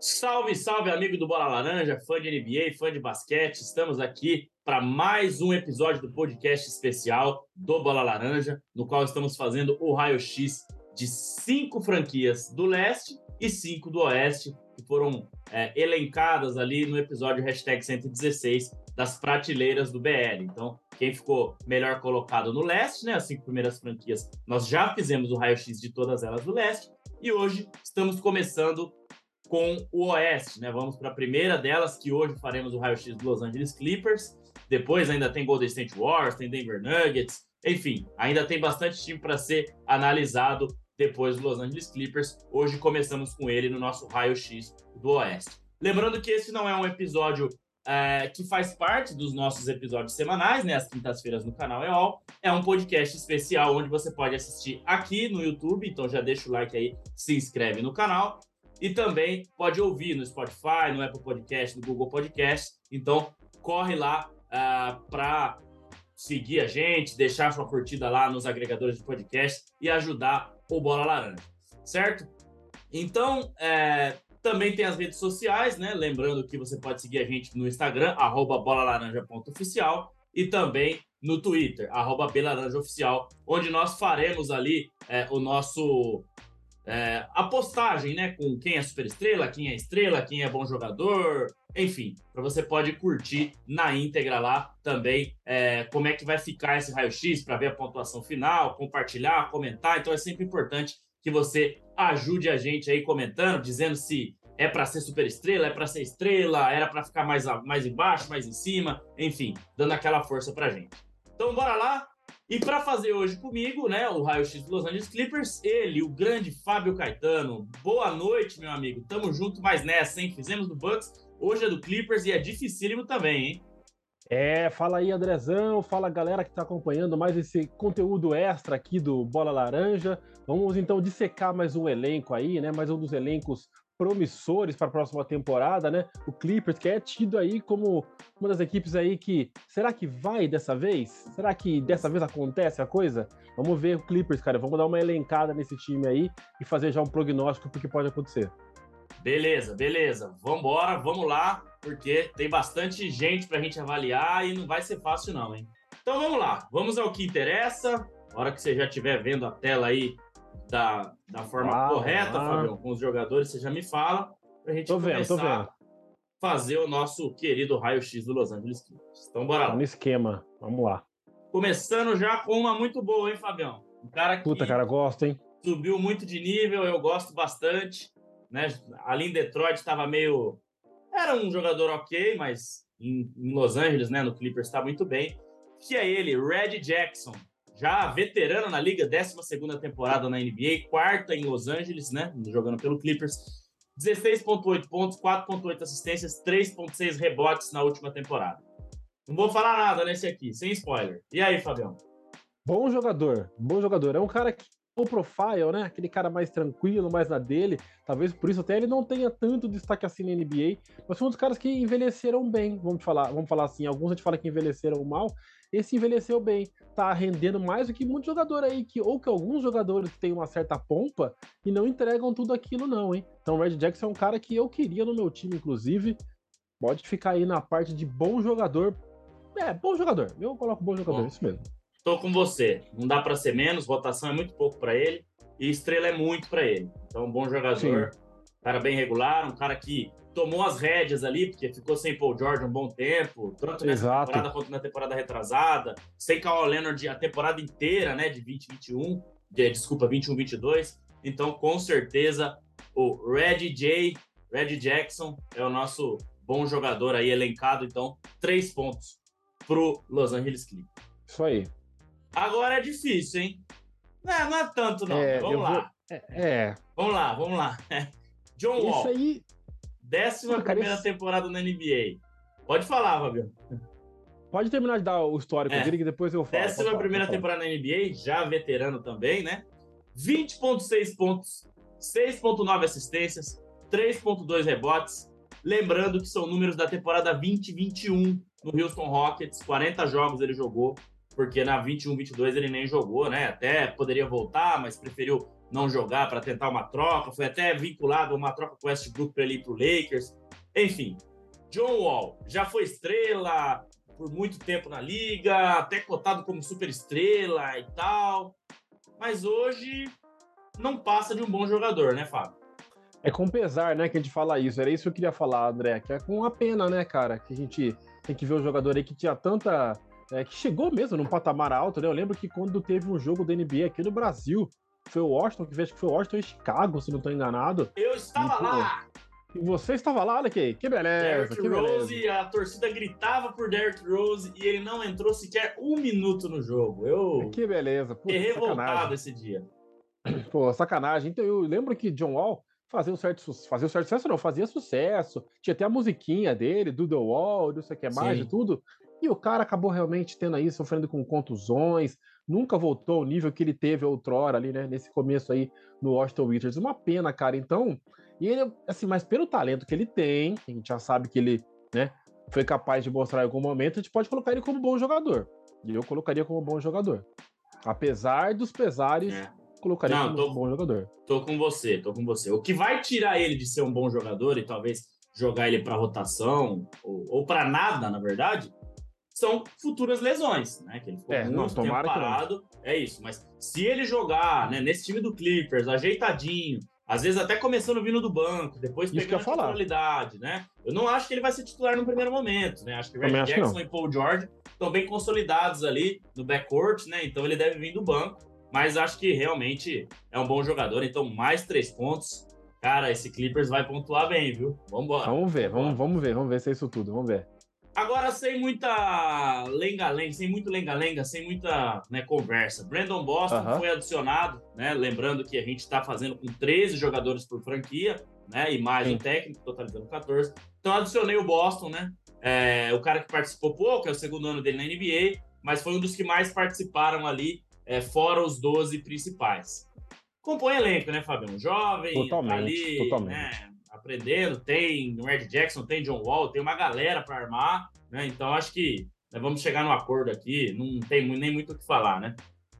Salve, salve, amigo do Bola Laranja, fã de NBA, fã de basquete. Estamos aqui para mais um episódio do podcast especial do Bola Laranja, no qual estamos fazendo o raio-x de 5 franquias do leste e 5 do oeste, que foram elencadas ali no episódio hashtag 116 das prateleiras do BL. Então, quem ficou melhor colocado no leste, né, as 5 primeiras franquias, nós já fizemos o raio-x de todas elas do leste, e hoje estamos começando com o Oeste, né? Vamos para a primeira delas, que hoje faremos o raio-x do Los Angeles Clippers. Depois ainda tem Golden State Warriors, tem Denver Nuggets, enfim, ainda tem bastante time para ser analisado depois do Los Angeles Clippers. Hoje começamos com ele no nosso raio-x do Oeste. Lembrando que esse não é um episódio que faz parte dos nossos episódios semanais, né? Às quintas-feiras no canal EOL. É um podcast especial onde você pode assistir aqui no YouTube, então já deixa o like aí, se inscreve no canal. E também pode ouvir no Spotify, no Apple Podcast, no Google Podcast. Então, corre lá para seguir a gente, deixar sua curtida lá nos agregadores de podcast e ajudar o Bola Laranja, certo? Então, também tem as redes sociais, né? Lembrando que você pode seguir a gente no Instagram, @bolalaranja.oficial, e também no Twitter, @belaranjaoficial, onde nós faremos ali o nosso... a postagem, né, com quem é superestrela, quem é estrela, quem é bom jogador, enfim, para você pode curtir na íntegra lá também como é que vai ficar esse raio-x, para ver a pontuação final, compartilhar, comentar. Então é sempre importante que você ajude a gente aí comentando, dizendo se é para ser superestrela, é para ser estrela, era para ficar mais embaixo, mais em cima, enfim, dando aquela força pra gente. Então bora lá. E para fazer hoje comigo, né, o raio-x do Los Angeles Clippers, ele, o grande Fábio Caetano. Boa noite, meu amigo. Tamo junto mais nessa, hein? Fizemos do Bucks, hoje é do Clippers e é dificílimo também, hein? Fala aí, Andrezão. Fala, galera que tá acompanhando mais esse conteúdo extra aqui do Bola Laranja. Vamos, então, dissecar mais um elenco aí, né? Mais um dos elencos promissores para a próxima temporada, né? O Clippers, que é tido aí como uma das equipes aí que... Será que vai dessa vez? Será que dessa vez acontece a coisa? Vamos ver o Clippers, cara. Vamos dar uma elencada nesse time aí e fazer já um prognóstico pro que pode acontecer. Beleza. Vambora, vamos lá, porque tem bastante gente pra gente avaliar e não vai ser fácil não, hein? Então vamos lá, vamos ao que interessa. Na hora que você já estiver vendo a tela aí da forma correta, Fabião, com os jogadores, você já me fala, pra gente começar a fazer o nosso querido raio-x do Los Angeles Clippers. Então bora lá. No esquema, vamos lá. Começando já com uma muito boa, hein, Fabião? Um cara que gosto, hein? Subiu muito de nível, eu gosto bastante, né? Ali em Detroit estava meio... Era um jogador ok, mas em Los Angeles, né, no Clippers, está muito bem. Que é ele, Reggie Jackson, já veterano na liga, 12ª temporada na NBA, 4ª em Los Angeles, né, jogando pelo Clippers. 16,8 pontos, 4,8 assistências, 3,6 rebotes na última temporada. Não vou falar nada nesse aqui, sem spoiler. E aí, Fabião? Bom jogador. É um cara que low profile, né? Aquele cara mais tranquilo, mais na dele. Talvez por isso até ele não tenha tanto destaque assim na NBA. Mas foi um dos caras que envelheceram bem. Vamos falar assim. Alguns a gente fala que envelheceram mal. Esse envelheceu bem. Tá rendendo mais do que muito jogador aí. Ou que alguns jogadores que têm uma certa pompa e não entregam tudo aquilo, não, hein? Então o Reggie Jackson é um cara que eu queria no meu time, inclusive. Pode ficar aí na parte de bom jogador. Bom jogador. Eu coloco bom jogador, isso mesmo. Tô com você. Não dá para ser menos, votação é muito pouco para ele e estrela é muito para ele. Então, um bom jogador, cara bem regular, um cara que tomou as rédeas ali, porque ficou sem Paul George um bom tempo, tanto nessa temporada quanto na temporada retrasada, sem Kawhi Leonard a temporada inteira, né, de 21-22. Então, com certeza, o Reggie Jackson é o nosso bom jogador aí elencado. Então, 3 pontos pro Los Angeles Clippers. Isso aí. Agora é difícil, hein? Não é tanto, não. Vamos lá. John Wall. Isso aí... 11ª temporada na NBA. Pode falar, Fabio. Pode terminar de dar o histórico dele, que depois eu falo. 11ª temporada na NBA, já veterano também, né? 20,6 pontos, 6,9 assistências, 3,2 rebotes. Lembrando que são números da temporada 2021 no Houston Rockets. 40 jogos ele jogou porque na 21-22 ele nem jogou, né? Até poderia voltar, mas preferiu não jogar para tentar uma troca. Foi até vinculado a uma troca com o Westbrook para ele ir para o Lakers. Enfim, John Wall já foi estrela por muito tempo na liga, até cotado como super estrela e tal. Mas hoje não passa de um bom jogador, né, Fábio? É com pesar, né, que a gente fala isso. Era isso que eu queria falar, André, que é com a pena, né, cara, que a gente tem que ver um jogador aí que tinha tanta... que chegou mesmo num patamar alto, né? Eu lembro que quando teve um jogo da NBA aqui no Brasil, foi o Washington, acho que foi o Washington e Chicago, se não estou enganado. Eu estava lá! E você estava lá, olha aqui, que beleza, Derrick que Rose, beleza. a torcida gritava por Derrick Rose e ele não entrou sequer um minuto no jogo. Eu Que beleza, pô, fiquei revoltado sacanagem. esse dia. Pô, sacanagem. Então eu lembro que John Wall fazia um certo sucesso, não, fazia sucesso. Tinha até a musiquinha dele, do The Wall, não sei o que mais e Sim. tudo. E o cara acabou realmente tendo aí, sofrendo com contusões, nunca voltou ao nível que ele teve outrora ali, né, nesse começo aí no Washington Wizards. Uma pena, cara. Então, e ele, assim, mas pelo talento que ele tem, a gente já sabe que ele, né, foi capaz de mostrar em algum momento, a gente pode colocar ele como bom jogador. E eu colocaria como bom jogador. Apesar dos pesares, colocaria Não, como bom jogador. Tô com você. O que vai tirar ele de ser um bom jogador e talvez jogar ele para rotação ou para nada, na verdade, são futuras lesões, né? Que ele ficou muito tempo parado. É isso. Mas se ele jogar, né, nesse time do Clippers, ajeitadinho, às vezes até começando vindo do banco, depois pegando a titularidade, né? Eu não acho que ele vai ser titular no primeiro momento, né? Acho que Reggie Jackson e Paul George estão bem consolidados ali no backcourt, né? Então ele deve vir do banco. Mas acho que realmente é um bom jogador. Então, mais 3 pontos. Cara, esse Clippers vai pontuar bem, viu? Vambora. Vamos ver se é isso tudo, vamos ver. Agora, sem muita lenga-lenga, sem muita, né, conversa. Brandon Boston foi adicionado, né? Lembrando que a gente está fazendo com 13 jogadores por franquia, né? E mais um técnico, totalizando 14. Então, adicionei o Boston, né? O cara que participou pouco, é o segundo ano dele na NBA, mas foi um dos que mais participaram ali, fora os 12 principais. Compõe elenco, né, Fabião? Jovem, tá ali, né, aprendendo. Tem o Reggie Jackson, tem John Wall, tem uma galera para armar, né? Então acho que vamos chegar num acordo aqui, não tem nem muito o que falar, né?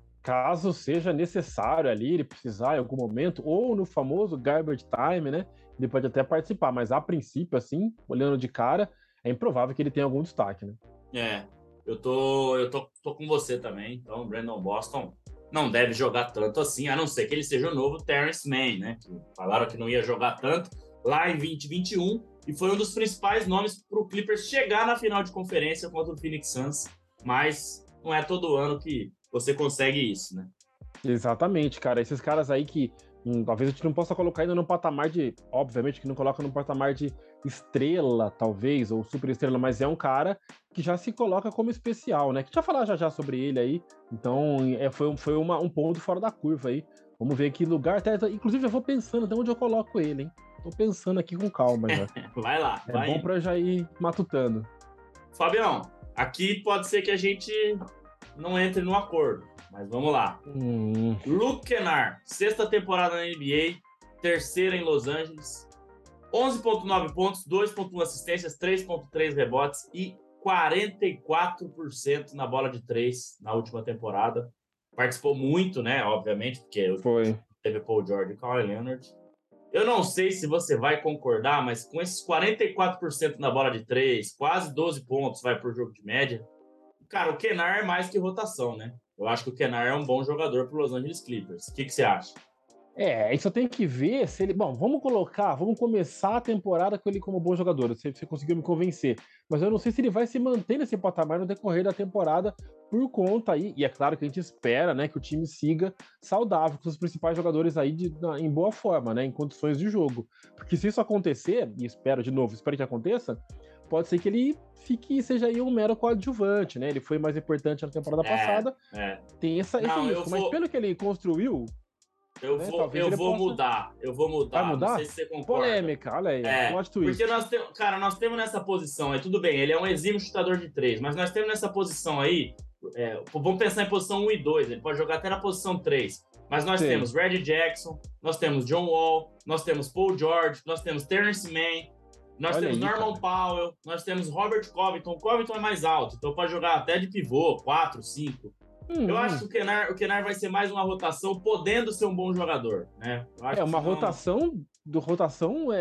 Caso seja necessário ali, ele precisar em algum momento, ou no famoso garbage time, né? Ele pode até participar, mas a princípio, assim, olhando de cara, é improvável que ele tenha algum destaque, né? Eu tô com você também. Então, o Brandon Boston não deve jogar tanto assim, a não ser que ele seja o novo Terrence Mann, né? Que falaram que não ia jogar tanto lá em 2021 e foi um dos principais nomes para o Clippers chegar na final de conferência contra o Phoenix Suns, mas não é todo ano que você consegue isso, né? Exatamente, cara. Esses caras aí que talvez a gente não possa colocar ainda no patamar de... Obviamente que não coloca no patamar de estrela, talvez, ou super estrela, mas é um cara que já se coloca como especial, né? Que já falar já sobre ele aí. Então, foi um ponto fora da curva aí. Vamos ver que lugar... Até, inclusive, já vou pensando até onde eu coloco ele, hein? Tô pensando aqui com calma já. Vai lá, vai bom indo. Pra já ir matutando. Fabião, aqui pode ser que a gente não entre no acordo. Mas vamos lá. Luke Kennard, 6ª temporada na NBA, 3ª em Los Angeles, 11,9 pontos, 2,1 assistências, 3,3 rebotes e 44% na bola de 3 na última temporada. Participou muito, né? Obviamente, porque teve Paul George e Kawhi Leonard. Eu não sei se você vai concordar, mas com esses 44% na bola de 3, quase 12 pontos vai por jogo de média, cara, o Kennard é mais que rotação, né? Eu acho que o Kennard é um bom jogador para os Los Angeles Clippers. O que você acha? Isso eu tenho que ver se ele... Bom, vamos começar a temporada com ele como bom jogador. Você conseguiu me convencer. Mas eu não sei se ele vai se manter nesse patamar no decorrer da temporada por conta aí, e é claro que a gente espera, né, que o time siga saudável, com os principais jogadores aí em boa forma, né, em condições de jogo. Porque se isso acontecer, e espero que aconteça, pode ser que ele seja aí um mero coadjuvante, né? Ele foi mais importante na temporada passada. Tem esse risco, mas pelo que ele construiu... Eu vou mudar. Vai mudar? Não sei se você concorda. Polêmica, olha aí. Porque nós temos nessa posição aí, tudo bem, ele é um exímio chutador de 3, mas nós temos nessa posição aí, vamos pensar em posição 1 e 2, ele pode jogar até na posição 3, mas nós temos Reggie Jackson, nós temos John Wall, nós temos Paul George, nós temos Terrence Mann, Nós Olha temos aí, Norman cara. Powell, nós temos Robert Covington. O Covington é mais alto, então pode jogar até de pivô, 4, 5. Eu acho que o Kennard vai ser mais uma rotação, podendo ser um bom jogador, né? Eu acho É que uma não. rotação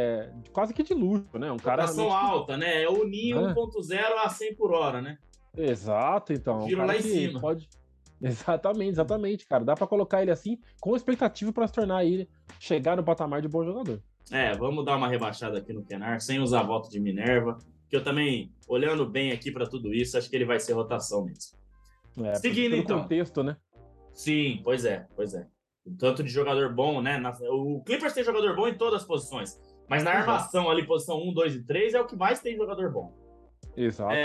quase que de luxo, né? Um cara Rotação realmente que, alta, né? É o Ninho né? 1.0 a 100 por hora, né? Exato, então, um Giro cara lá em que cima. pode exatamente, cara. Dá pra colocar ele assim com expectativa pra se tornar ele chegar no patamar de bom jogador. Vamos dar uma rebaixada aqui no Kennard, sem usar voto de Minerva, que eu também, olhando bem aqui para tudo isso, acho que ele vai ser rotação mesmo. Seguindo, Pelo então. contexto, né? Sim, pois é. Um tanto de jogador bom, né? O Clippers tem jogador bom em todas as posições, mas na Pois é. armação ali, posição 1, 2 e 3, é o que mais tem jogador bom. Exato.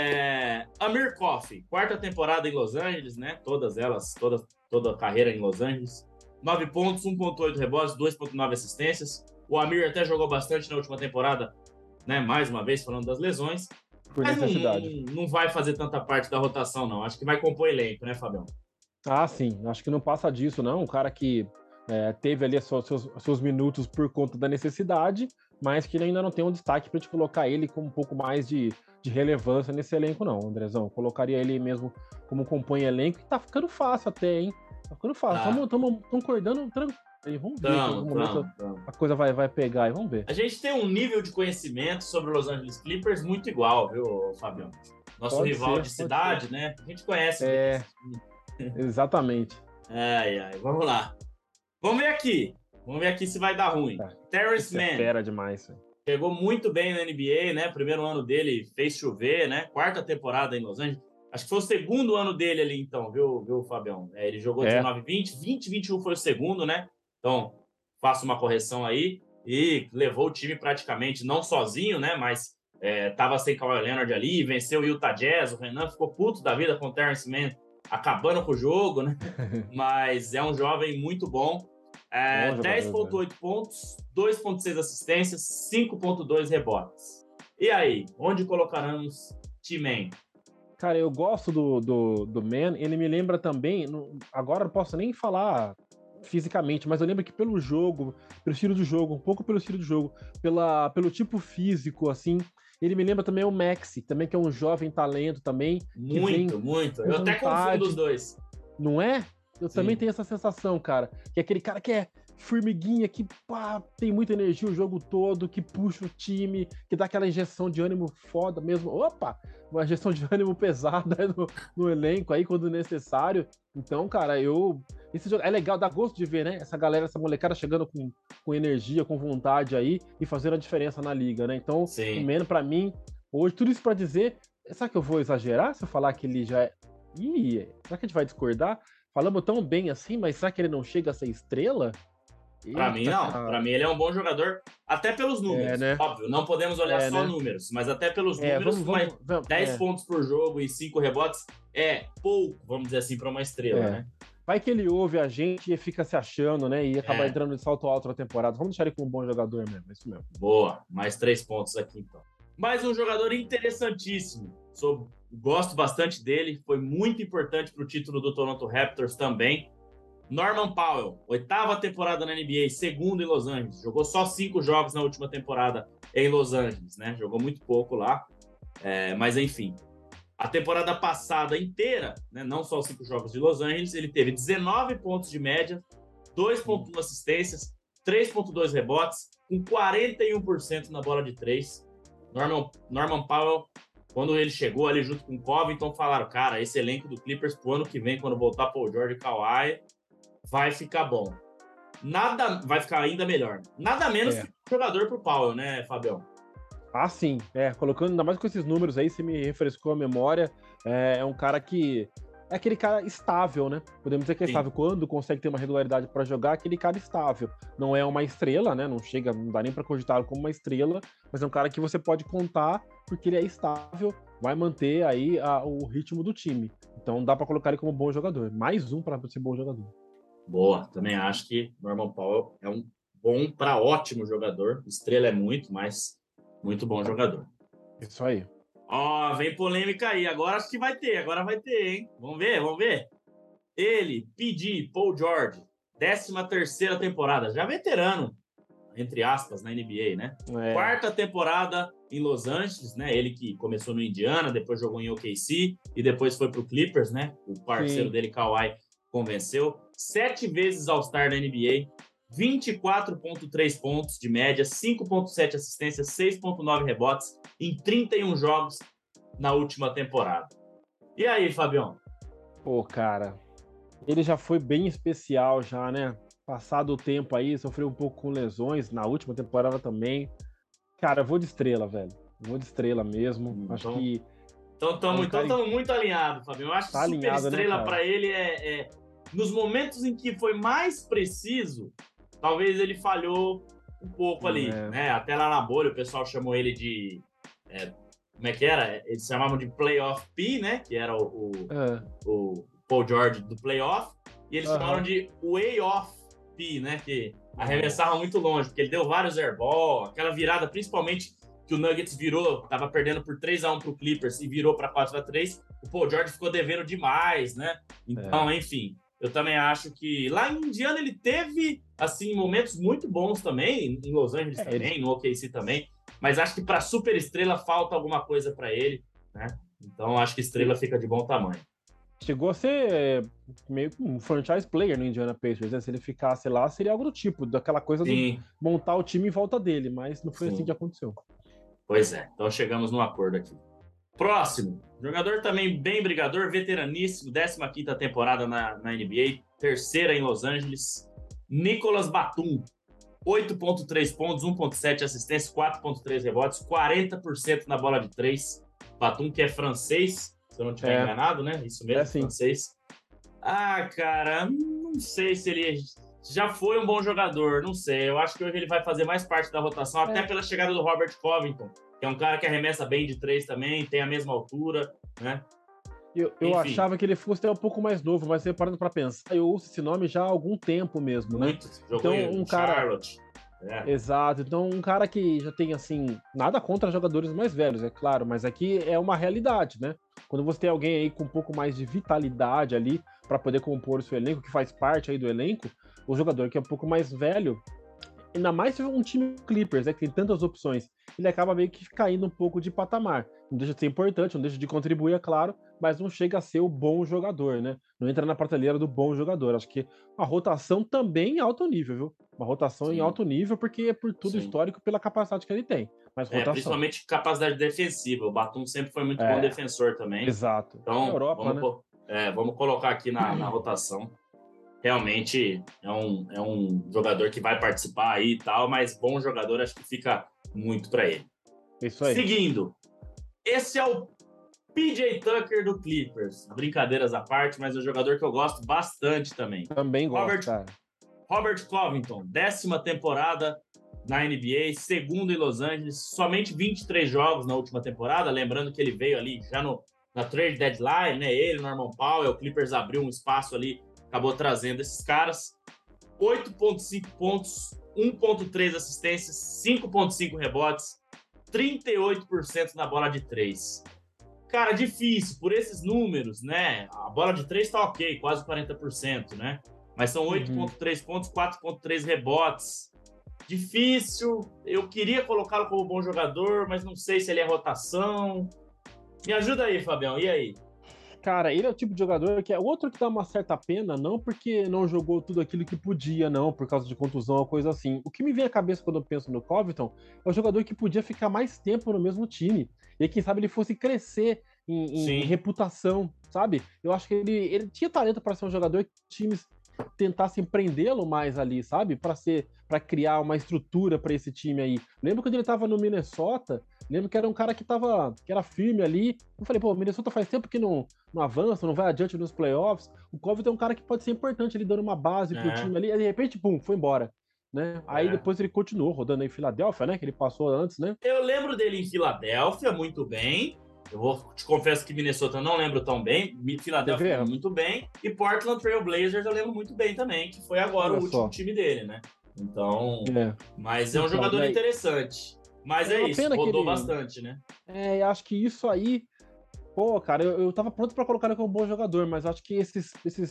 Amir Coffey, quarta temporada em Los Angeles, né? Todas elas, toda a carreira em Los Angeles. 9 pontos, 1.8 rebotes, 2.9 assistências. O Amir até jogou bastante na última temporada, né? Mais uma vez, falando das lesões. Por Mas necessidade. não vai fazer tanta parte da rotação, não. Acho que vai compor elenco, né, Fabião? Ah, sim. Acho que não passa disso, não. Um cara que teve ali seus minutos por conta da necessidade, mas que ele ainda não tem um destaque para te colocar ele com um pouco mais de relevância nesse elenco, não, Andrezão. Colocaria ele mesmo como compõe elenco, e tá ficando fácil até, hein? Tá ficando fácil. Tá. Estamos concordando tranquilo. Vamos ver que em algum momento Tamo. a coisa vai pegar e vamos ver. A gente tem um nível de conhecimento sobre os Los Angeles Clippers muito igual, viu, Fabião? Nosso Pode rival ser, de pode cidade, ser. né? A gente conhece bem É, isso. exatamente. Vamos lá. Vamos ver aqui. Vamos ver aqui se vai dar ruim. Tá. Terrence Esse é Mann fera demais. chegou muito bem na NBA, né? Primeiro ano dele fez chover, né? Quarta temporada em Los Angeles. Acho que foi o segundo ano dele ali, então, viu, Fabião? Ele jogou É. 19, 20, 21 foi o segundo, né? Então, faço uma correção aí. E levou o time praticamente, não sozinho, né? Mas tava sem Kawhi Leonard ali, venceu o Utah Jazz. O Renan ficou puto da vida com o Terrence Mann, acabando com o jogo, né? Mas é um jovem muito bom. Bom jogador, velho. 10,8 pontos, 2,6 assistências, 5,2 rebotes. E aí, onde colocaremos T-Man? Cara, eu gosto do Man, ele me lembra também, agora eu não posso nem falar fisicamente, mas eu lembro que pelo jogo, pelo estilo do jogo, um pouco pelo estilo do jogo, pelo tipo físico, assim, ele me lembra também o Maxi, também que é um jovem talento também, que vem Muito. com Eu até confundo os vontade, dois. não é? Eu também Sim. tenho essa sensação, cara, que é aquele cara que é formiguinha, que tem muita energia o jogo todo, que puxa o time, que dá aquela injeção de ânimo foda mesmo. Opa! Uma injeção de ânimo pesada no elenco aí quando necessário. Então, cara, esse jogo é legal, dá gosto de ver, né? Essa galera, essa molecada chegando com energia, com vontade aí e fazendo a diferença na liga, né? Então, o Sim. Meno, pra mim, hoje, tudo isso pra dizer. Será que eu vou exagerar se eu falar que ele já é. Ih, será que a gente vai discordar? Falamos tão bem assim, mas será que ele não chega a ser estrela? Para mim, Eita, não. Para cara. mim, ele é um bom jogador, até pelos números. Né? Óbvio, não podemos olhar só Né? números, mas até pelos números, Vamos, 10 pontos por jogo e 5 rebotes é pouco, vamos dizer assim, para uma estrela, né? Vai que ele ouve a gente e fica se achando, né? E acaba entrando de salto alto na temporada. Vamos deixar ele como um bom jogador mesmo, é isso mesmo. Boa, mais 3 pontos aqui, então. Mais um jogador interessantíssimo. Gosto bastante dele, foi muito importante para o título do Toronto Raptors também. Norman Powell, oitava temporada na NBA, segundo em Los Angeles. Jogou só 5 jogos na última temporada em Los Angeles, né? Jogou muito pouco lá, mas enfim. A temporada passada inteira, né? Não só os 5 jogos de Los Angeles, ele teve 19 pontos de média, 2,1 assistências, 3,2 rebotes, com 41% na bola de 3. Norman Powell, quando ele chegou ali junto com o Covington, falaram, cara, esse elenco do Clippers pro ano que vem, quando voltar Paul George e Kawhi, vai ficar bom. Vai ficar ainda melhor. Nada menos que jogador pro Powell, né, Fabião? Ah, sim. Colocando ainda mais com esses números aí, você me refrescou a memória. É um cara que... É aquele cara estável, né? Podemos dizer que é estável. Quando consegue ter uma regularidade para jogar, aquele cara estável. Não é uma estrela, né? Não dá nem para cogitá-lo como uma estrela, mas é um cara que você pode contar porque ele é estável, vai manter aí o ritmo do time. Então dá para colocar ele como bom jogador. Mais um para ser bom jogador. Boa, também acho que Norman Powell é um bom para ótimo jogador. Estrela é muito, mas muito bom jogador. Isso aí. Vem polêmica aí. Agora acho que vai ter, hein? Vamos ver. Ele, PG, Paul George, 13ª temporada, já veterano. entre aspas, na NBA, né? É. Quarta temporada em Los Angeles, né? Ele que começou no Indiana, depois jogou em OKC e depois foi pro Clippers, né? O parceiro dele, Kawhi, convenceu. 7 vezes All-Star da NBA, 24,3 pontos de média, 5,7 assistências, 6,9 rebotes em 31 jogos na última temporada. E aí, Fabião? Pô, cara, ele já foi bem especial já, né? Passado o tempo aí, sofreu um pouco com lesões, na última temporada também. Cara, eu vou de estrela, velho. Vou de estrela mesmo. Acho que. Então estamos muito alinhados, Fabião. Eu acho que super estrela, né, para ele nos momentos em que foi mais preciso, talvez ele falhou um pouco ali, né? Até lá na bolha o pessoal chamou ele de... como é que era? Eles chamavam de Playoff P, né? Que era o Paul George do Playoff. E eles chamaram de Way Off P, né? Que arremessava muito longe, porque ele deu vários airball, aquela virada, principalmente que o Nuggets virou, tava perdendo por 3-1 pro Clippers e virou para 4-3, o Paul George ficou devendo demais, né? Então, enfim, eu também acho que lá em Indiana ele teve, assim, momentos muito bons também, em Los Angeles também, no OKC também, mas acho que para super estrela falta alguma coisa para ele, né? Então, acho que estrela fica de bom tamanho. Chegou a ser meio que um franchise player no Indiana Pacers, né? Se ele ficasse lá, seria algo do tipo, daquela coisa de montar o time em volta dele, mas não foi assim que aconteceu. Pois é, então chegamos num acordo aqui. Próximo, jogador também bem brigador, veteraníssimo, 15ª temporada na NBA, terceira em Los Angeles, Nicolas Batum, 8,3 pontos, 1,7 assistências, 4,3 rebotes, 40% na bola de 3. Batum, que é francês, se eu não estiver enganado, né? Isso mesmo, francês. Ah, cara, não sei se ele já foi um bom jogador, não sei. Eu acho que hoje ele vai fazer mais parte da rotação, até pela chegada do Robert Covington, que é um cara que arremessa bem de 3 também, tem a mesma altura, né? Eu achava que ele fosse até um pouco mais novo, mas parando pra pensar, eu ouço esse nome já há algum tempo mesmo, né? Jogou em Charlotte. Exato, então um cara que já tem, assim, nada contra jogadores mais velhos, é claro, mas aqui é uma realidade, né? Quando você tem alguém aí com um pouco mais de vitalidade ali para poder compor o seu elenco, que faz parte aí do elenco, o jogador que é um pouco mais velho, ainda mais se um time Clippers, né, que tem tantas opções, ele acaba meio que caindo um pouco de patamar. Não deixa de ser importante, não deixa de contribuir, é claro, mas não chega a ser o bom jogador, né? Não entra na prateleira do bom jogador. Acho que a rotação também em alto nível, viu? Uma rotação em alto nível, porque é por tudo histórico, pela capacidade que ele tem. Mas rotação. Principalmente capacidade defensiva. O Batum sempre foi muito bom defensor também. Exato. Então, Europa, vamos colocar aqui na rotação. Realmente é um jogador que vai participar aí e tal, mas bom jogador, acho que fica muito para ele. Isso aí. Seguindo, esse é o PJ Tucker do Clippers. Brincadeiras à parte, mas é um jogador que eu gosto bastante também. Também gosto, cara. Robert Covington, 10ª temporada na NBA, segundo em Los Angeles, somente 23 jogos na última temporada, lembrando que ele veio ali já na trade deadline, né? Ele, Norman Powell, o Clippers abriu um espaço ali, acabou trazendo esses caras. 8,5 pontos, 1,3 assistências, 5,5 rebotes, 38% na bola de 3. Cara, difícil, por esses números, né? A bola de 3 tá ok, quase 40%, né? Mas são 8,3 pontos, 4,3 rebotes. Difícil, eu queria colocá-lo como bom jogador, mas não sei se ele é rotação. Me ajuda aí, Fabião, e aí? Cara, ele é o tipo de jogador que é outro que dá uma certa pena, não porque não jogou tudo aquilo que podia, não, por causa de contusão ou coisa assim. O que me vem à cabeça quando eu penso no Covington é o jogador que podia ficar mais tempo no mesmo time. E quem sabe ele fosse crescer em reputação, sabe? Eu acho que ele tinha talento para ser um jogador que times tentassem prendê-lo mais ali, sabe? Para criar uma estrutura para esse time aí. Lembro quando ele estava no Minnesota, lembro que era um cara que era firme ali. Eu falei, pô, o Minnesota faz tempo que não avança, não vai adiante nos playoffs. O Covington é um cara que pode ser importante ali, dando uma base pro time ali, e de repente, pum, foi embora. Né? Aí depois ele continuou rodando aí em Filadélfia, né? Que ele passou antes, né? Eu lembro dele em Filadélfia muito bem. Eu te confesso que Minnesota eu não lembro tão bem. Filadélfia muito bem. E Portland Trail Blazers eu lembro muito bem também, que foi agora o último time dele, né? Então, mas é um jogador interessante. Mas é isso, rodou bastante, né? Acho que isso aí... Pô, cara, eu tava pronto pra colocar ele como um bom jogador, mas acho que esses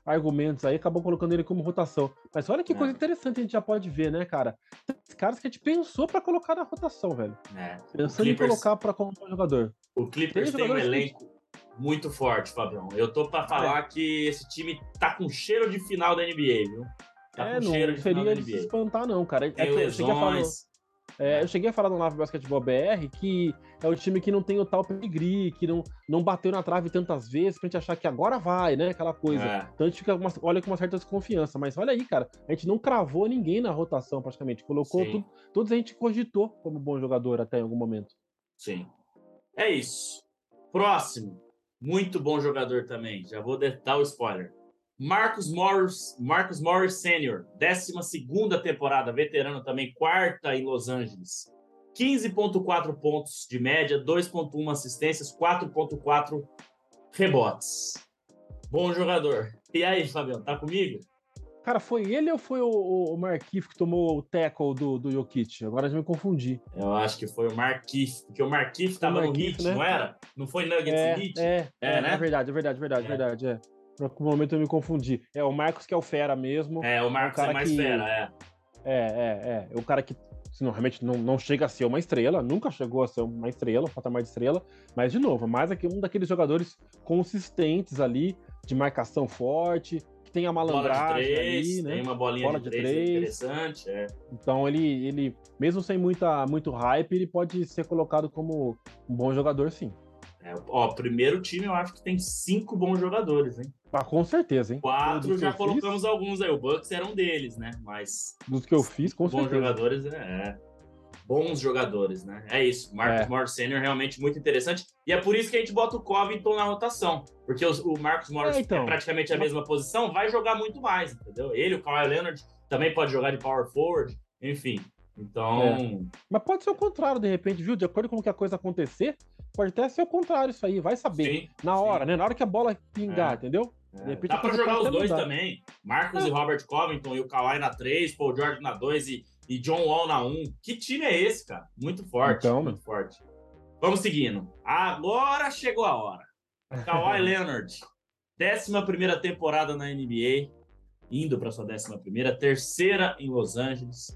argumentos aí, acabou colocando ele como rotação. Mas olha que coisa interessante a gente já pode ver, né, cara? Tem caras que a gente pensou pra colocar na rotação, velho. Pensando em colocar pra como jogador. O Clippers tem um elenco muito forte, Fabião. Eu tô pra falar que esse time tá com cheiro de final da NBA, viu? Tá com cheiro de final da NBA. Não seria de se espantar, não, cara. Tem lesões. Eu cheguei a falar no Live Basketball BR que é o time que não tem o tal pedigree, que não bateu na trave tantas vezes pra gente achar que agora vai, né? Aquela coisa. Então a gente olha com uma certa desconfiança. Mas olha aí, cara, a gente não cravou ninguém na rotação praticamente. Colocou tudo, todos a gente cogitou como bom jogador até em algum momento. Sim. É isso. Próximo. Muito bom jogador também. Já vou dar o spoiler. Marcus Morris Sr., 12ª temporada, veterano também, 4ª em Los Angeles. 15,4 pontos de média, 2,1 assistências, 4,4 rebotes. Bom jogador. E aí, Fabião, tá comigo? Cara, foi ele ou foi o Markieff que tomou o tackle do Jokic? Agora já me confundi. Eu acho que foi o Markieff, porque o Markieff tava no Heat, né? Não era? Não foi Nuggets e Heat? Né? É verdade. Por algum momento eu me confundi. É o Marcos que é o fera mesmo. O Marcos é mais fera, É o cara que realmente não chega a ser uma estrela, nunca chegou a ser uma estrela, um patamar de estrela, mas, de novo, mais um daqueles jogadores consistentes ali, de marcação forte, que tem a malandragem ali, né? Tem uma bolinha de três interessante. Então, ele mesmo sem muito hype, ele pode ser colocado como um bom jogador, sim. Primeiro time eu acho que tem 5 bons jogadores, hein? Com certeza, hein? 4 já colocamos alguns aí. O Bucks era um deles, né? Mas dos que eu fiz, com certeza. Bons jogadores, né? É isso. Marcus Morris Sr. realmente muito interessante. E é por isso que a gente bota o Covington na rotação. Porque o Marcus Morris é praticamente a mesma posição, vai jogar muito mais, entendeu? Ele, o Kawhi Leonard, também pode jogar de power forward. Enfim, então... Mas pode ser o contrário, de repente, viu? De acordo com o que a coisa acontecer, pode até ser o contrário isso aí. Vai saber. Na hora, né? Na hora que a bola pingar, entendeu? De repente, dá pra jogar os dois também. Marcus e Robert Covington e o Kawhi na 3, Paul George na 2 e John Wall na 1. Que time é esse, cara? Muito forte, muito forte. Vamos seguindo. Agora chegou a hora. Kawhi Leonard, 11ª temporada na NBA, indo para sua 11ª, terceira em Los Angeles.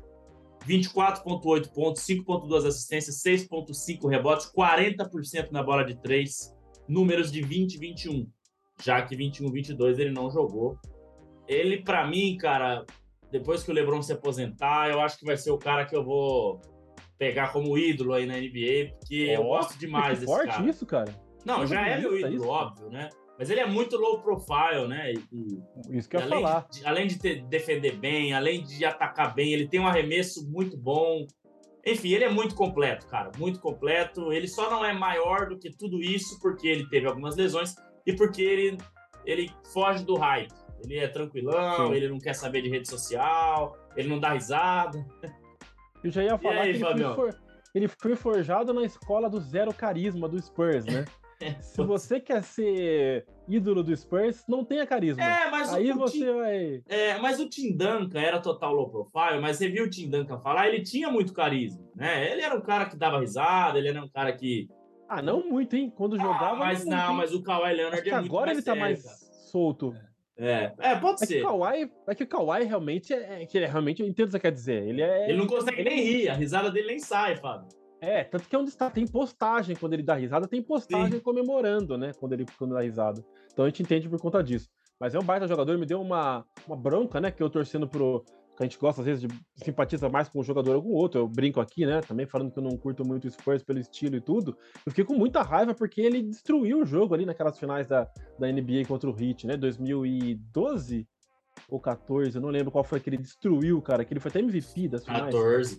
24,8 pontos, 5,2 assistências, 6,5 rebotes, 40% na bola de 3, números de 20 e 21. Já que 21, 22 ele não jogou. Ele, pra mim, cara, depois que o LeBron se aposentar, eu acho que vai ser o cara que eu vou pegar como ídolo aí na NBA, porque eu gosto demais desse cara. Forte isso, cara. Não, já é meu ídolo, óbvio, né? Mas ele é muito low profile, né? Isso que eu ia falar. Além de defender bem, além de atacar bem, ele tem um arremesso muito bom. Enfim, ele é muito completo, cara. Muito completo. Ele só não é maior do que tudo isso porque ele teve algumas lesões e porque ele foge do hype. Ele é tranquilão, ele não quer saber de rede social, ele não dá risada. Eu já ia falar aí, que ele foi forjado na escola do zero carisma do Spurs, né? Se você quer ser ídolo do Spurs, não tenha carisma. Mas aí você vai... mas o Tim Duncan era total low profile, mas você viu o Tim Duncan falar, ele tinha muito carisma, né? Ele era um cara que dava risada, ele era um cara que... não muito, hein? Quando jogava... Mas o Kawhi Leonard é muito agora ele tá mais solto. Pode ser. Que o Kawhi realmente realmente, eu entendo o que você quer dizer. Ele não consegue nem rir, a risada dele nem sai, Fábio. Tanto que é onde está, tem postagem quando ele dá risada, tem postagem comemorando, né? Quando dá risada. Então a gente entende por conta disso. Mas é um baita jogador, me deu uma bronca, né? Que eu torcendo pro. Que a gente gosta, às vezes, simpatiza mais com um jogador ou com outro. Eu brinco aqui, né? Também falando que eu não curto muito o Spurs pelo estilo e tudo. Eu fiquei com muita raiva porque ele destruiu o jogo ali naquelas finais da NBA contra o Heat, né? 2012 ou 14, eu não lembro qual foi que ele destruiu, cara, que ele foi até MVP das finais.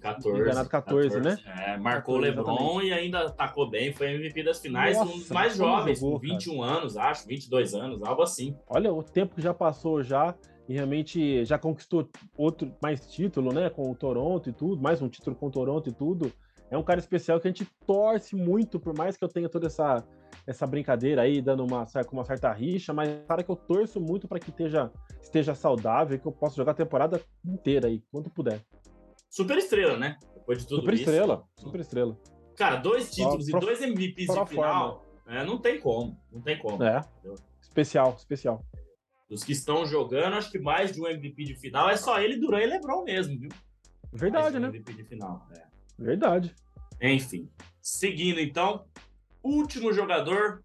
14, né? Marcou o LeBron exatamente. E ainda atacou bem, foi MVP das finais, um dos mais jovens, com 21 anos, acho, 22 anos, algo assim. Olha o tempo que já passou já, e realmente já conquistou mais título, né, com o Toronto e tudo, mais um título com o Toronto e tudo. É um cara especial que a gente torce muito, por mais que eu tenha toda essa brincadeira aí, dando uma certa rixa, mas é um cara que eu torço muito para que esteja saudável e que eu possa jogar a temporada inteira aí, quanto puder. Super estrela, né? Depois de tudo isso. Super estrela. Cara, 2 títulos e 2 MVPs de final, não tem como. Especial. dos que estão jogando, acho que mais de um MVP de final é só ele, Durant e LeBron mesmo, viu? Verdade, né? MVP de final. Verdade. Enfim. Seguindo, então, último jogador,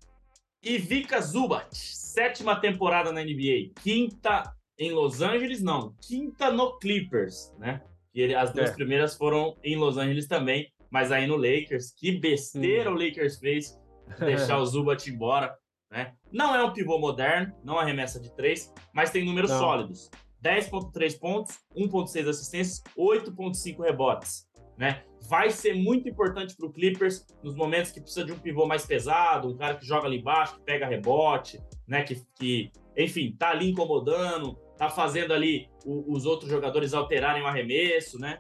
Ivica Zubac, 7ª temporada na NBA, 5ª em Los Angeles, não, 5ª no Clippers, né? E as 2 primeiras foram em Los Angeles também, mas aí no Lakers, que besteira o Lakers fez de deixar o Zubac embora, né? Não é um pivô moderno, não arremessa de 3, mas tem números sólidos. 10,3 pontos, 1,6 assistências, 8,5 rebotes, né? Vai ser muito importante para o Clippers nos momentos que precisa de um pivô mais pesado, um cara que joga ali embaixo, que pega rebote, né? Que enfim, tá ali incomodando, tá fazendo ali os outros jogadores alterarem o arremesso, né?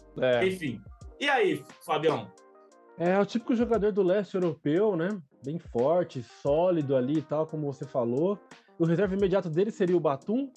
Enfim. E aí, Fabião? É o típico jogador do leste europeu, né? Bem forte, sólido ali e tal, como você falou. O reserva imediato dele seria o Batum.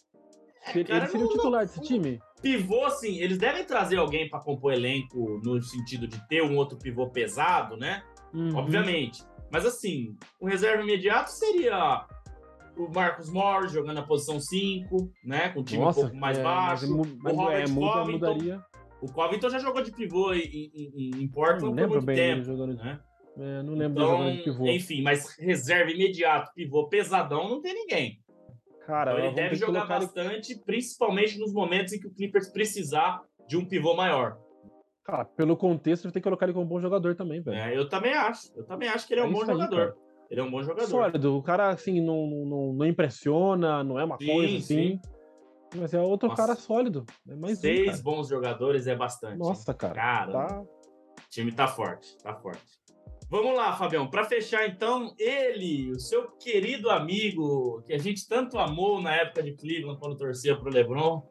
Ele seria o titular desse time? Pivô, assim, eles devem trazer alguém para compor elenco no sentido de ter um outro pivô pesado, né? Obviamente. Mas, assim, o reserva imediato seria o Marcus Morris jogando na posição 5, né? Com o time um pouco mais baixo. O Robert Covington. Mudaria. O Covington já jogou de pivô em Portland por muito tempo. Né? Não lembro dele jogando de pivô. Enfim, mas reserva imediato, pivô pesadão, não tem ninguém. Cara, então ele deve jogar bastante, principalmente nos momentos em que o Clippers precisar de um pivô maior. Cara, pelo contexto, ele tem que colocar ele como um bom jogador também, velho. Eu também acho. Eu também acho que ele é um bom jogador. Ele é um bom jogador. Sólido. O cara, assim, não impressiona, não é uma coisa assim. Sim. Mas é outro cara sólido. É mais 6 bons jogadores é bastante. Nossa, cara. O time tá forte, tá forte. Vamos lá, Fabião. Para fechar, então, ele, o seu querido amigo, que a gente tanto amou na época de Cleveland, quando torcia pro LeBron,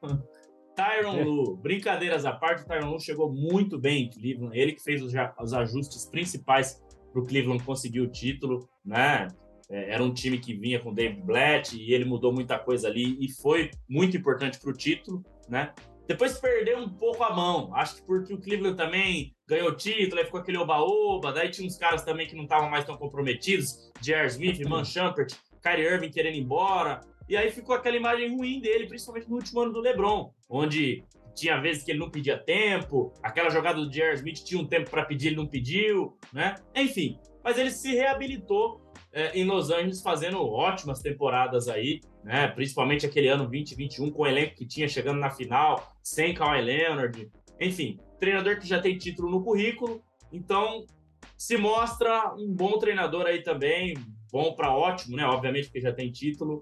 Tyronn Lue. Brincadeiras à parte, o Tyronn Lue chegou muito bem em Cleveland. Ele que fez os ajustes principais pro Cleveland conseguir o título, né? Era um time que vinha com David Blatt e ele mudou muita coisa ali e foi muito importante pro título, né? Depois perdeu um pouco a mão. Acho que porque o Cleveland também ganhou o título, aí ficou aquele oba-oba. Daí tinha uns caras também que não estavam mais tão comprometidos. J.R. Smith, Iman Shumpert, Kyrie Irving querendo ir embora. E aí ficou aquela imagem ruim dele, principalmente no último ano do LeBron, onde tinha vezes que ele não pedia tempo. Aquela jogada do J.R. Smith tinha um tempo para pedir, ele não pediu, né? Enfim, mas ele se reabilitou em Los Angeles, fazendo ótimas temporadas aí, né? Principalmente aquele ano 2021, com o elenco que tinha chegando na final, sem Kawhi Leonard. Enfim, treinador que já tem título no currículo, então se mostra um bom treinador aí também, bom para ótimo, né? Obviamente porque já tem título,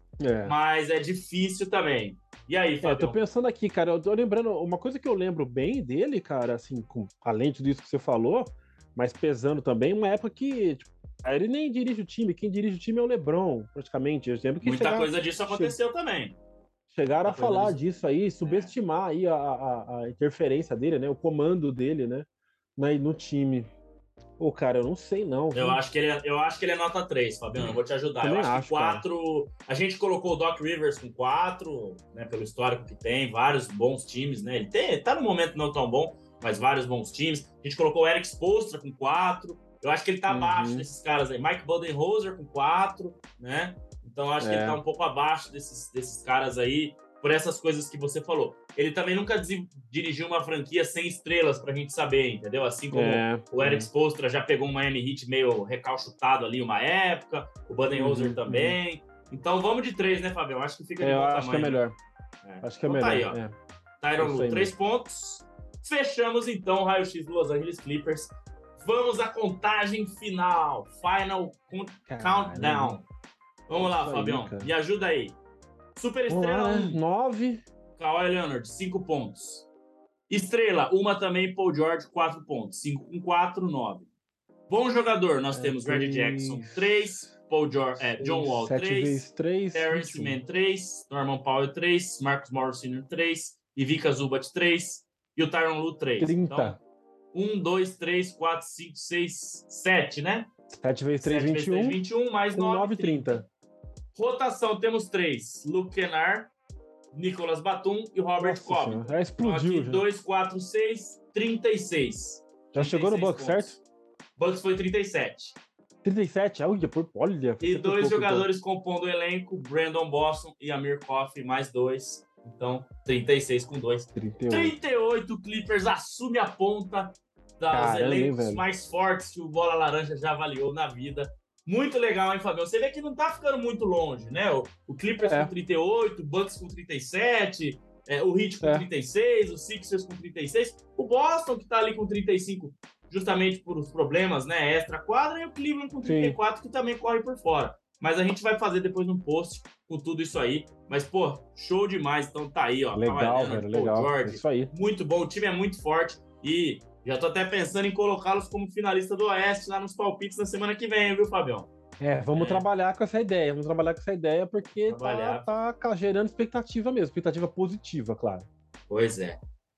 mas é difícil também. E aí, Fabião? Tô pensando aqui, cara, eu tô lembrando, uma coisa que eu lembro bem dele, cara, assim, além de tudo isso que você falou, mas pesando também, uma época que, tipo, ele nem dirige o time, quem dirige o time é o LeBron, praticamente. Eu lembro que muita coisa disso aconteceu também. Chegaram a falar disso aí, subestimar aí a interferência dele, né? O comando dele, né? No time. Pô, cara, eu não sei não. Eu acho que ele é nota 3, Fabiano, eu vou te ajudar. Eu acho que 4... Cara. A gente colocou o Doc Rivers com 4, né? Pelo histórico que tem, vários bons times, né? Ele tá num momento não tão bom, mas vários bons times. A gente colocou o Eric Spoelstra com 4. Eu acho que ele tá abaixo desses caras aí. Mike Budenholzer com 4, né? Então eu acho que ele tá um pouco abaixo desses caras aí, por essas coisas que você falou. Ele também nunca dirigiu uma franquia sem estrelas pra gente saber, entendeu? Assim como o Eric Spoelstra já pegou um Miami Heat meio recalchutado ali uma época, o Budenholzer também. Então vamos de 3, né, Fabião? Acho que fica de bom tamanho. Acho que é melhor. Acho que é melhor. Tá aí, ó. Tyronn Lue, 3 pontos. Fechamos então o raio-x do Los Angeles Clippers. Vamos à contagem final. Final countdown. Vamos lá, Fabião. Me ajuda aí. Super estrela 1. 9. Kawhi Leonard, 5 pontos. Estrela, uma também, Paul George, 4 pontos. 5 com 4, 9. Bom jogador, nós temos Reggie Jackson, 3. John Wall, 3. Terrence Mann, 3. Norman Powell, 3. Marcus Morris Sr., 3. Ivica Zubac, 3. E o Tyronn Lue, 3. 30. Então, 1, 2, 3, 4, 5, 6, 7, né? 7 vezes 3, 21. 7 vezes 3, 21, mais 9, 30. Rotação, temos 3. Luke Kennard, Nicolas Batum e Robert Covington. Já explodiu. Então, aqui, 2, 4, 6, 36. Já chegou no Bucks, certo? Bucks foi 37. 37, olha. E 2 pouco, jogadores compondo o elenco, Brandon Boston e Amir Coffey, mais 2. Então, 36 com 2. 38 Clippers assume a ponta dos elencos mais fortes que o Bola Laranja já avaliou na vida. Muito legal, hein, Fabião? Você vê que não tá ficando muito longe, né? O Clippers com 38, o Bucks com 37, o Heat com 36, o Sixers com 36, o Boston que tá ali com 35, justamente por os problemas, né, extra-quadra, e o Cleveland com 34, que também corre por fora. Mas a gente vai fazer depois um post com tudo isso aí. Mas, pô, show demais. Então tá aí, ó. Legal, velho, legal. George, isso aí. Muito bom. O time é muito forte e já tô até pensando em colocá-los como finalista do Oeste lá nos palpites na semana que vem, viu, Fabião? Vamos trabalhar com essa ideia. Vamos trabalhar com essa ideia porque tá gerando expectativa mesmo. Expectativa positiva, claro. Pois é.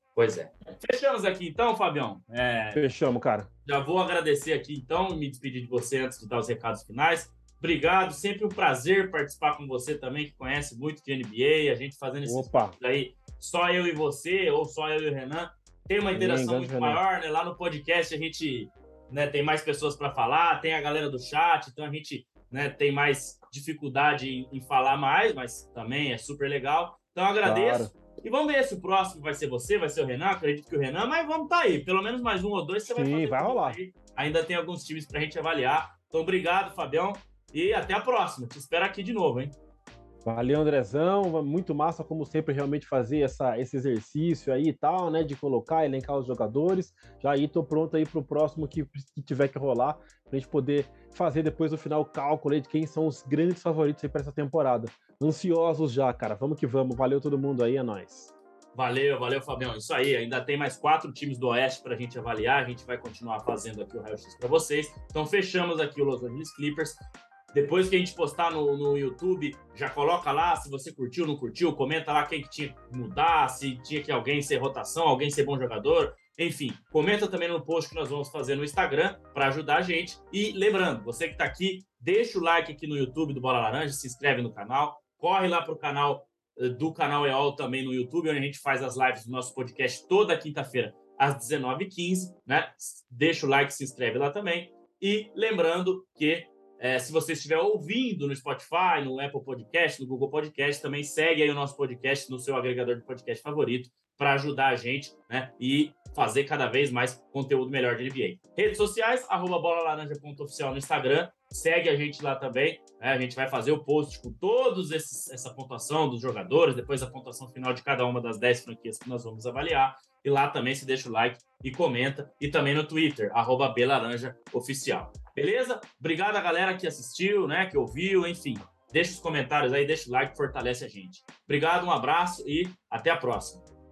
Fechamos aqui então, Fabião? Fechamos, cara. Já vou agradecer aqui então e me despedir de você antes de dar os recados finais. Obrigado, sempre um prazer participar com você também, que conhece muito de NBA, a gente fazendo esses vídeos aí, só eu e você, ou só eu e o Renan, tem uma interação muito maior, né? Lá no podcast a gente, né, tem mais pessoas para falar, tem a galera do chat, então a gente, né, tem mais dificuldade em falar mais, mas também é super legal. Então eu agradeço. Claro. E vamos ver se o próximo vai ser você, vai ser o Renan, acredito que o Renan, mas vamos tá aí, pelo menos mais um ou dois você vai fazer. Sim, vai rolar. Aí. Ainda tem alguns times pra gente avaliar. Então obrigado, Fabião. E até a próxima. Te espero aqui de novo, hein? Valeu, Andrezão. Muito massa, como sempre, realmente fazer esse exercício aí e tal, né? De colocar, elencar os jogadores. Já aí tô pronto aí pro próximo que tiver que rolar, pra gente poder fazer depois no final o cálculo aí de quem são os grandes favoritos aí pra essa temporada. Ansiosos já, cara. Vamos que vamos. Valeu todo mundo aí, é nóis. Valeu, Fabião. Isso aí, ainda tem mais 4 times do Oeste para a gente avaliar. A gente vai continuar fazendo aqui o Raio X para vocês. Então, fechamos aqui o Los Angeles Clippers. Depois que a gente postar no YouTube, já coloca lá se você curtiu, não curtiu, comenta lá quem que tinha que mudar, se tinha que alguém ser rotação, alguém ser bom jogador. Enfim, comenta também no post que nós vamos fazer no Instagram para ajudar a gente. E lembrando, você que está aqui, deixa o like aqui no YouTube do Bola Laranja, se inscreve no canal, corre lá para o canal do canal EOL também no YouTube, onde a gente faz as lives do nosso podcast toda quinta-feira às 19h15, né? Deixa o like, se inscreve lá também. E lembrando que se você estiver ouvindo no Spotify, no Apple Podcast, no Google Podcast, também segue aí o nosso podcast no seu agregador de podcast favorito para ajudar a gente, né? E fazer cada vez mais conteúdo melhor de NBA. Redes sociais, @bolalaranja.oficial no Instagram. Segue a gente lá também, né? A gente vai fazer o post com todos essa pontuação dos jogadores, depois a pontuação final de cada uma das 10 franquias que nós vamos avaliar. E lá também se deixa o like e comenta. E também no Twitter, @belaranjaoficial. Beleza? Obrigado a galera que assistiu, né? Que ouviu, enfim. Deixa os comentários aí, deixa o like, fortalece a gente. Obrigado, um abraço e até a próxima.